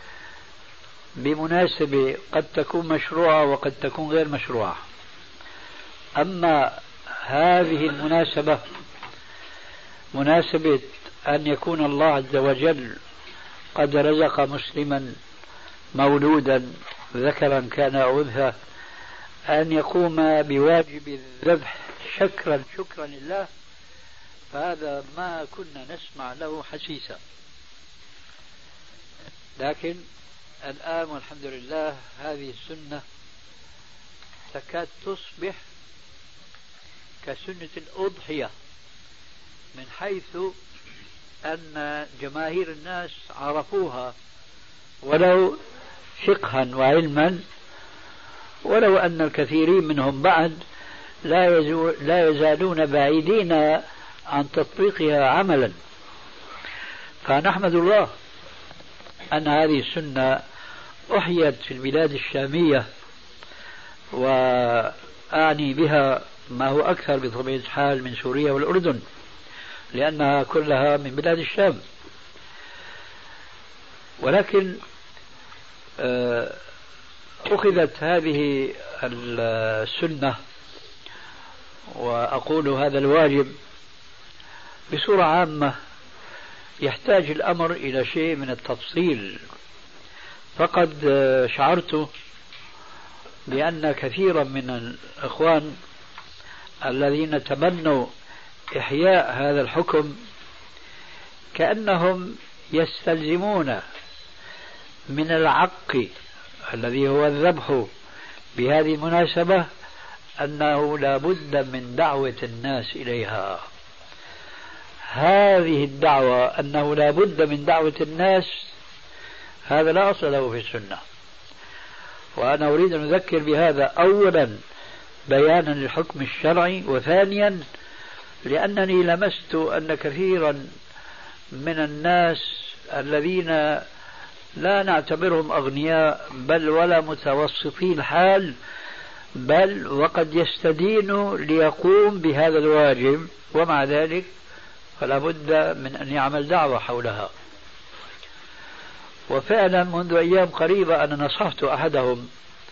بمناسبة قد تكون مشروعة وقد تكون غير مشروعة. أما هذه المناسبة مناسبة أن يكون الله عز وجل قد رزق مسلما مولودا ذكرا كان أو أنثى أن يقوم بواجب الذبح شكرا شكرا لله، فهذا ما كنا نسمع له حسيسا. لكن الآن والحمد لله هذه السنة تكاد تصبح كسنة الأضحية، من حيث أن جماهير الناس عرفوها ولو فقها وعلما، ولو أن الكثيرين منهم بعد لا, لا يزالون بعيدين عن تطبيقها عملا. فنحمد الله أن هذه السنة أحيت في البلاد الشامية، وأعني بها ما هو أكثر بطبيعة الحال من سوريا والأردن، لأنها كلها من بلاد الشام. ولكن أخذت هذه السنة وأقول هذا الواجب بصورة عامة، يحتاج الأمر إلى شيء من التفصيل. فقد شعرت بأن كثيرا من الإخوان الذين تمنوا إحياء هذا الحكم كأنهم يستلزمون من العق الذي هو الذبح بهذه المناسبة أنه لا بد من دعوة الناس إليها. هذه الدعوة أنه لا بد من دعوة الناس هذا لا أصل له في السنة، وأنا أريد أن أذكر بهذا أولا بيانا للحكم الشرعي، وثانيا لأنني لمست أن كثيرا من الناس الذين لا نعتبرهم أغنياء بل ولا متوسطي الحال، بل وقد يستدين ليقوم بهذا الواجب، ومع ذلك فلا بد من أن يعمل دعوة حولها. وفعلا منذ أيام قريبة أنا نصحت أحدهم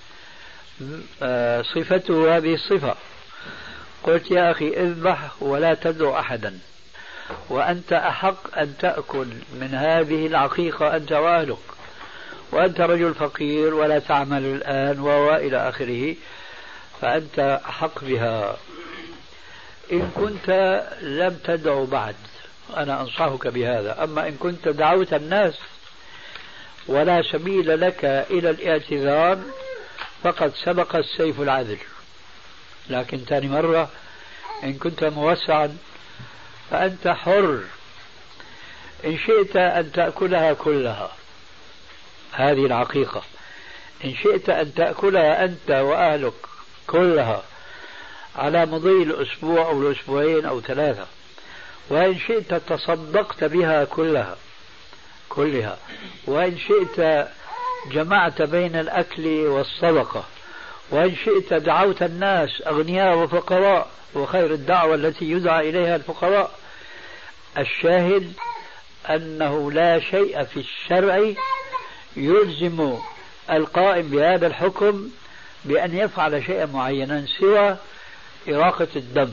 صفته هذه الصفة، قلت يا أخي اذبح ولا تدعو أحدا، وأنت أحق أن تأكل من هذه العقيقة أنت وأهلك، وأنت رجل فقير ولا تعمل الآن وإلى آخره، فأنت أحق بها. إن كنت لم تدعو بعد أنا أنصحك بهذا، أما إن كنت دعوت الناس ولا سبيل لك إلى الاعتذار فقد سبق السيف العذل. لكن ثاني مرة إن كنت موسعا فأنت حر، إن شئت أن تأكلها كلها هذه العقيقة، إن شئت أن تأكلها أنت وأهلك كلها على مضي الأسبوع أو الأسبوعين أو ثلاثة، وإن شئت تصدقت بها كلها كلها، وإن شئت جمعت بين الأكل والصدقة، وإن شئت دعوت الناس أغنياء وفقراء، وخير الدعوة التي يدعى إليها الفقراء. الشاهد أنه لا شيء في الشرع يلزم القائم بهذا الحكم بأن يفعل شيئا معينا سوى إراقة الدم.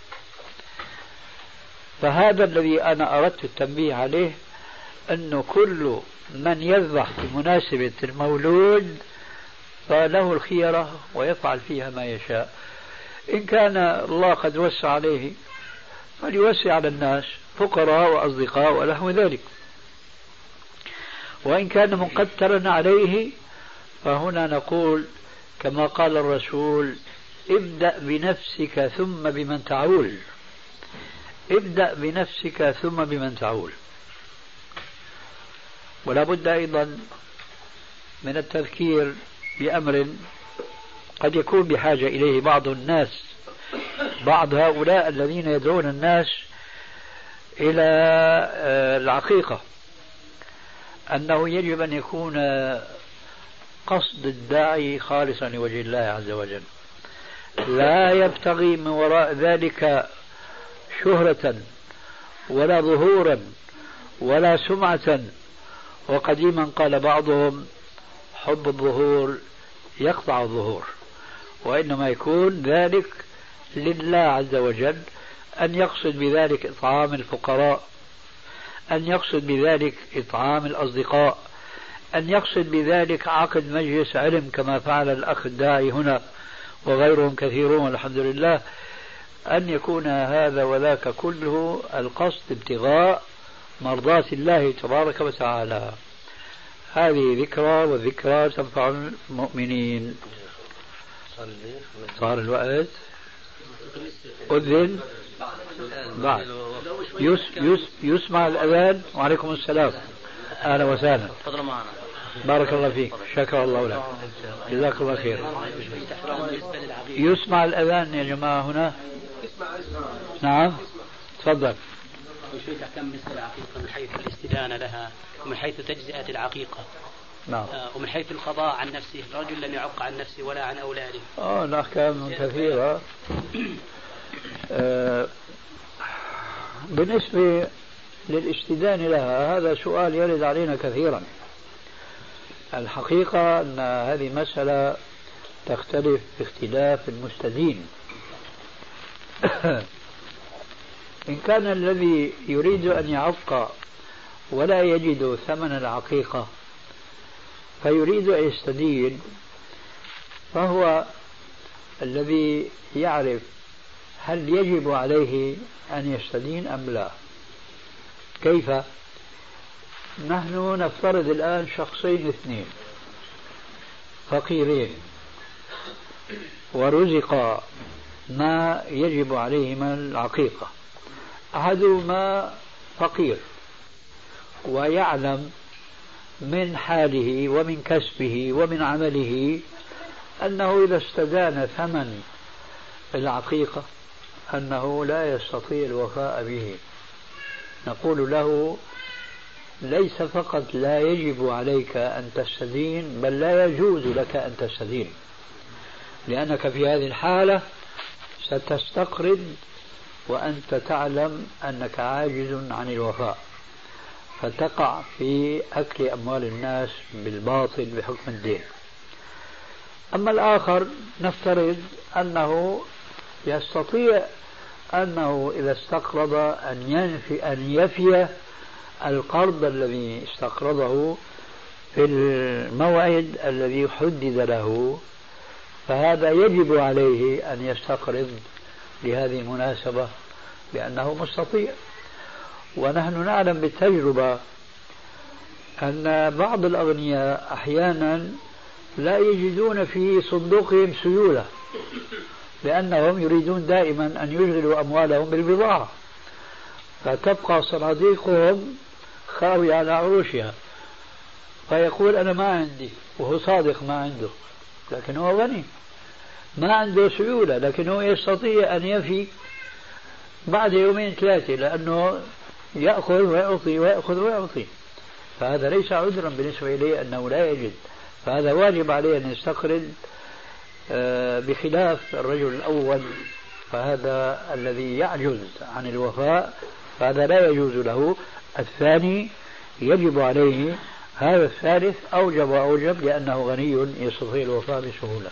فهذا الذي أنا أردت التنبيه عليه، أنه كل من يذبح بمناسبة المولود فله الخيرة ويفعل فيها ما يشاء. إن كان الله قد وسع عليه فليوسع على الناس فقراء وأصدقاء ونحو ذلك، وإن كان مقترا عليه فهنا نقول كما قال الرسول ابدأ بنفسك ثم بمن تعول، ابدأ بنفسك ثم بمن تعول. ولا بد أيضا من التذكير بأمر قد يكون بحاجة إليه بعض الناس، بعض هؤلاء الذين يدعون الناس إلى العقيقة، أنه يجب أن يكون قصد الداعي خالصا لوجه الله عز وجل، لا يبتغي من وراء ذلك شهرة ولا ظهورا ولا سمعة. وقديما قال بعضهم حب الظهور يقطع الظهور، وإنما يكون ذلك لله عز وجل، أن يقصد بذلك إطعام الفقراء، أن يقصد بذلك إطعام الأصدقاء، أن يقصد بذلك عقد مجلس علم كما فعل الأخ الداعي هنا وغيرهم كثيرون الحمد لله، أن يكون هذا وذاك كله القصد ابتغاء مرضات الله تبارك وتعالى. هذه ذكرى، والذكرى تنفع المؤمنين. صار الوقت أذن بعد يس يس يسمع الأذان. وعليكم السلام، أهلا وسهلا، تفضل معنا. بارك الله فيك، شكر الله لك، جزاك الله خير. يسمع الأذان يا جماعة هنا؟ نعم تفضل. وشوية أحكام بالنسبة للعقيقة من حيث الاستدانة لها، ومن حيث تجزئة العقيقة، نعم، ومن حيث القضاء عن نفسه، الرجل لم يعق عن نفسه ولا عن أولاده. آه الأحكام كثيرة. آه بالنسبة للاستدانة لها، هذا سؤال يرد علينا كثيرا. الحقيقة أن هذه مسألة تختلف باختلاف المستدين. إن كان الذي يريد أن يعق ولا يجد ثمن العقيقة فيريد أن يستدين، فهو الذي يعرف هل يجب عليه أن يستدين أم لا. كيف؟ نحن نفترض الآن شخصين اثنين فقيرين ورزقا ما يجب عليهما العقيقة. أحدهما فقير ويعلم من حاله ومن كسبه ومن عمله أنه إذا استدان ثمن العقيقة أنه لا يستطيع الوفاء به. نقول له ليس فقط لا يجب عليك أن تستدين، بل لا يجوز لك أن تستدين، لأنك في هذه الحالة ستستقرض وأنت تعلم أنك عاجز عن الوفاء، فتقع في أكل أموال الناس بالباطل بحكم الدين. أما الآخر نفترض أنه يستطيع أنه إذا استقرض أن ينفي أن يفي القرض الذي استقرضه في الموعد الذي حدد له، فهذا يجب عليه أن يستقرض لهذه المناسبة لأنه مستطيع. ونحن نعلم بالتجربة أن بعض الأغنياء أحيانا لا يجدون في صندوقهم سيولة، لأنهم يريدون دائما أن يشغلوا أموالهم بالبضاعة، فتبقى صناديقهم خاوية على عروشها، فيقول أنا ما عندي، وهو صادق ما عنده، لكن هو غني ما عنده سيولة، لكنه يستطيع أن يفي بعد يومين ثلاثة، لأنه يأخذ ويعطي ويأخذ ويعطي، فهذا ليس عذرا بالنسبة إليه أنه لا يجد، فهذا واجب عليه أن يستقرض، بخلاف الرجل الأول فهذا الذي يعجز عن الوفاء فهذا لا يجوز له. الثاني يجب عليه، هذا الثالث أوجب وأوجب لأنه غني يستطيع الوفاء بسهولة.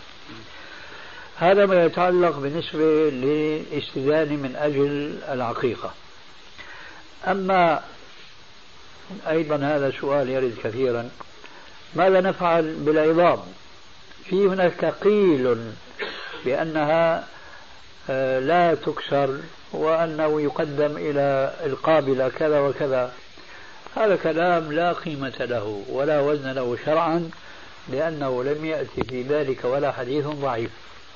هذا ما يتعلق بالنسبة للاستدانة من أجل العقيقة. أما أيضا هذا سؤال يرد كثيرا، ماذا نفعل بالعظام؟ في هناك قيل بأنها لا تكسر وأنه يقدم إلى القابلة كذا وكذا، هذا كلام لا قيمة له ولا وزن له شرعا، لأنه لم يأتي في ذلك ولا حديث ضعيف.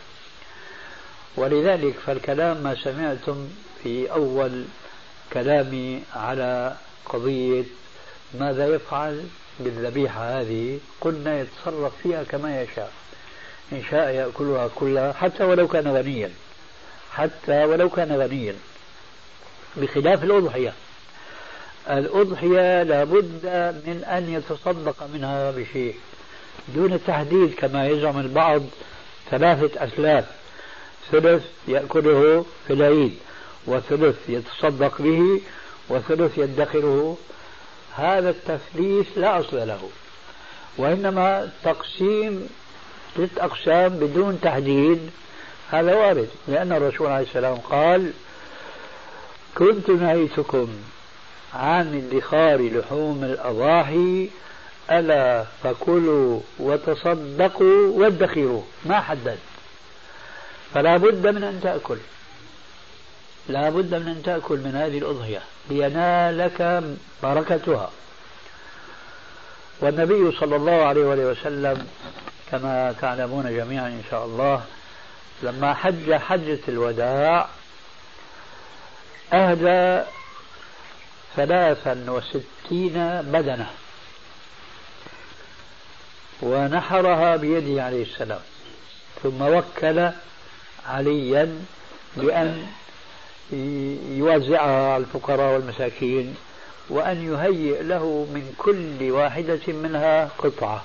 ولذلك فالكلام ما سمعتم في أول كلامي على قضية ماذا يفعل بالذبيحة هذه، قلنا يتصرف فيها كما يشاء، إن شاء يأكلها كلها حتى ولو كان غنيا، حتى ولو كان غنيا، بخلاف الأضحية. الأضحية لابد من أن يتصدق منها بشيء دون تحديد كما يزعم البعض، ثلاثة أسلاف، ثلث يأكله في العيد، وثلث يتصدق به، وثلث يدخره هذا التثليث لا أصل له، وإنما تقسيم ست أقسام بدون تحديد هذا وارد، لأن الرسول عليه السلام قال: كنت نهيتكم عن ادخار لحوم الأضاحي ألا فكلوا وتصدقوا وادخروا، ما حدد، فلا بد من أن تأكل، لا بد من أن تأكل من هذه الأضحية لينالك بركتها. والنبي صلى الله عليه وسلم كما تعلمون جميعا إن شاء الله لما حج حجة الوداع أهدى ثلاثا وستين بدنة ونحرها بيده عليه السلام، ثم وكل عليا بأن يوزعها على الفقراء والمساكين وأن يهيئ له من كل واحدة منها قطعة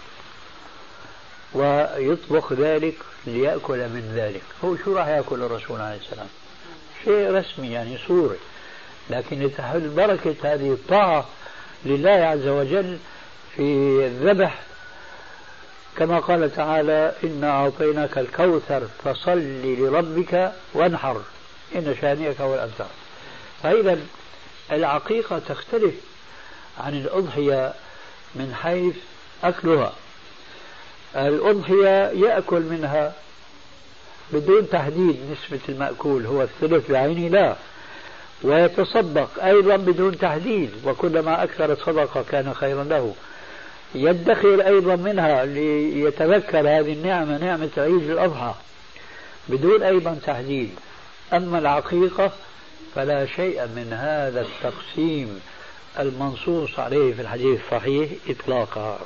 ويطبخ ذلك ليأكل من ذلك. هو شو راح يأكل الرسول عليه السلام؟ شيء رسمي يعني صوري، لكن لتحل بركة هذه الطاعة لله عز وجل في الذبح، كما قال تعالى: إنا أعطيناك الكوثر فصل لربك وانحر إن شانئك هو الأبتر. فإذا العقيقة تختلف عن الأضحية من حيث أكلها. الأضحية يأكل منها بدون تحديد نسبة المأكول، هو الثلث بعينه لا، ويتصدق أيضا بدون تحديد، وكلما أكثر الصدقة كان خيرا له. يدخر أيضا منها ليتذكر هذه النعمة، نعمة عيد الأضحى، بدون أيضا تحديد. أما العقيقة فلا شيء من هذا التقسيم المنصوص عليه في الحديث الصحيح إطلاقا.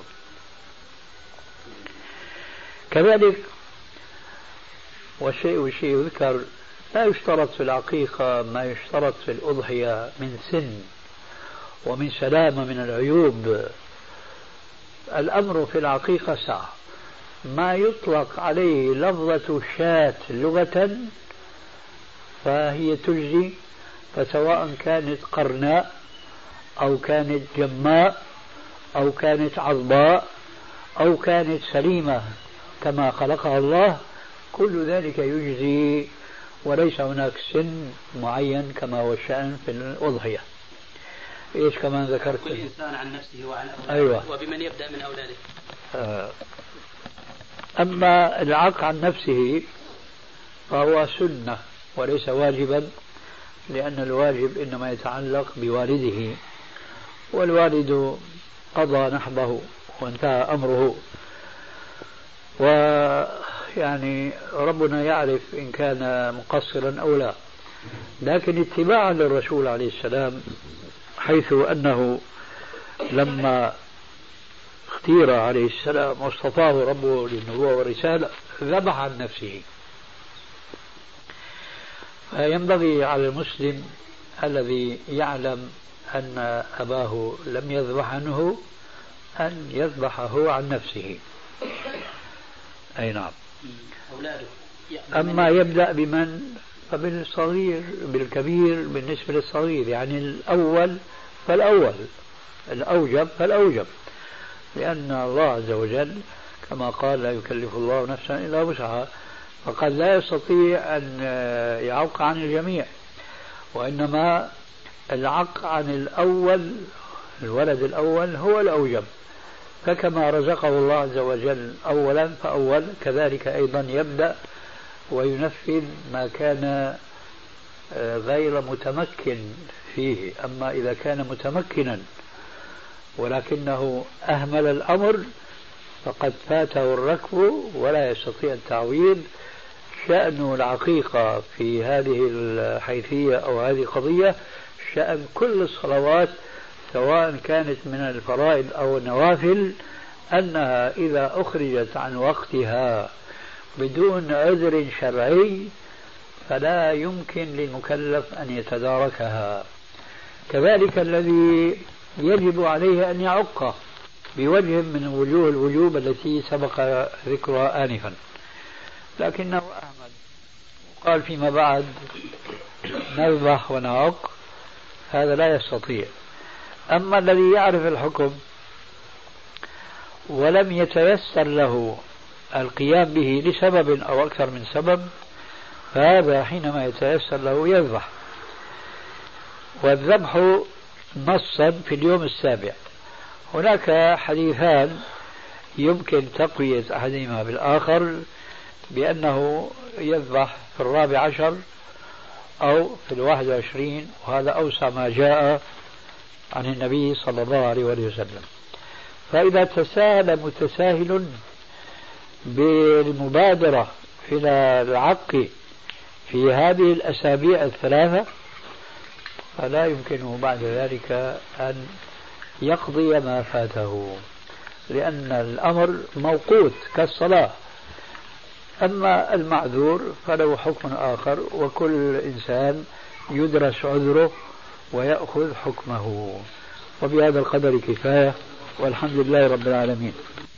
كذلك والشيء والشيء يذكر، لا يشترط في العقيقة ما يشترط في الأضحية من سن ومن سلامة من العيوب. الأمر في العقيقة سعة، ما يطلق عليه لفظة شاة لغة فهي تجزي، فسواء كانت قرناء أو كانت جماء أو كانت عضباء أو كانت سليمة كما خلقها الله، كل ذلك يجزي، وليس هناك سن معين كما هو الشأن في الأضحية. إيش كمان ذكرت؟ كل إنسان عن نفسه وعن أولاده. أيوة. وبمن يبدأ من أولاده. أما العق عن نفسه فهو سنة وليس واجبا، لأن الواجب إنما يتعلق بوالده، والوالد قضى نحبه وانتهى أمره، ويعني ربنا يعرف إن كان مقصرا أو لا. لكن اتباعا للرسول عليه السلام، حيث أنه لما اختير عليه السلام واصطفاه ربه للنبوة والرسالة ذبح عن نفسه. فينبغي على المسلم الذي يعلم أن أباه لم يذبح عنه أن يذبحه عن نفسه. أي نعم. أولاده. أما يبدأ بمن؟ فبالصغير بالكبير بالنسبة للصغير، يعني الأول فالأول، الأوجب فالأوجب، لأن الله عز وجل كما قال: لا يكلف الله نفسا إلا وسعها، فقد لا يستطيع أن يعق عن الجميع، وإنما العق عن الأول، الولد الأول هو الأوجب. فكما رزقه الله عز وجل أولا فأول، كذلك أيضا يبدأ وينفذ ما كان غير متمكن فيه. أما إذا كان متمكنا ولكنه أهمل الأمر فقد فاته الركب ولا يستطيع التعويض. شأن العقيقة في هذه الحيثية أو هذه القضية شأن كل الصلوات سواء كانت من الفرائض أو النوافل، أنها إذا أخرجت عن وقتها بدون عذر شرعي فلا يمكن للمكلف أن يتداركها. كذلك الذي يجب عليه أن يعق بوجه من وجوه الوجوب التي سبق ذكرها آنفا، لكنه أحمد قال فيما بعد نذبح ونعق، هذا لا يستطيع. أما الذي يعرف الحكم ولم يتيسر له القيام به لسبب أو أكثر من سبب، فهذا حينما يتيسر له يذبح. والذبح نصا في اليوم السابع. هناك حديثان يمكن تقوية أحدهما بالآخر، بأنه يذبح في الرابع عشر أو في الواحد وعشرين، وهذا أوسع ما جاء عن النبي صلى الله عليه وسلم. فإذا تساهل متساهل بالمبادرة إلى العق في هذه الأسابيع الثلاثة فلا يمكنه بعد ذلك أن يقضي ما فاته، لأن الأمر موقوت كالصلاة. أما المعذور فله حكم آخر، وكل إنسان يدرس عذره ويأخذ حكمه. وبهذا القدر كفاية، والحمد لله رب العالمين.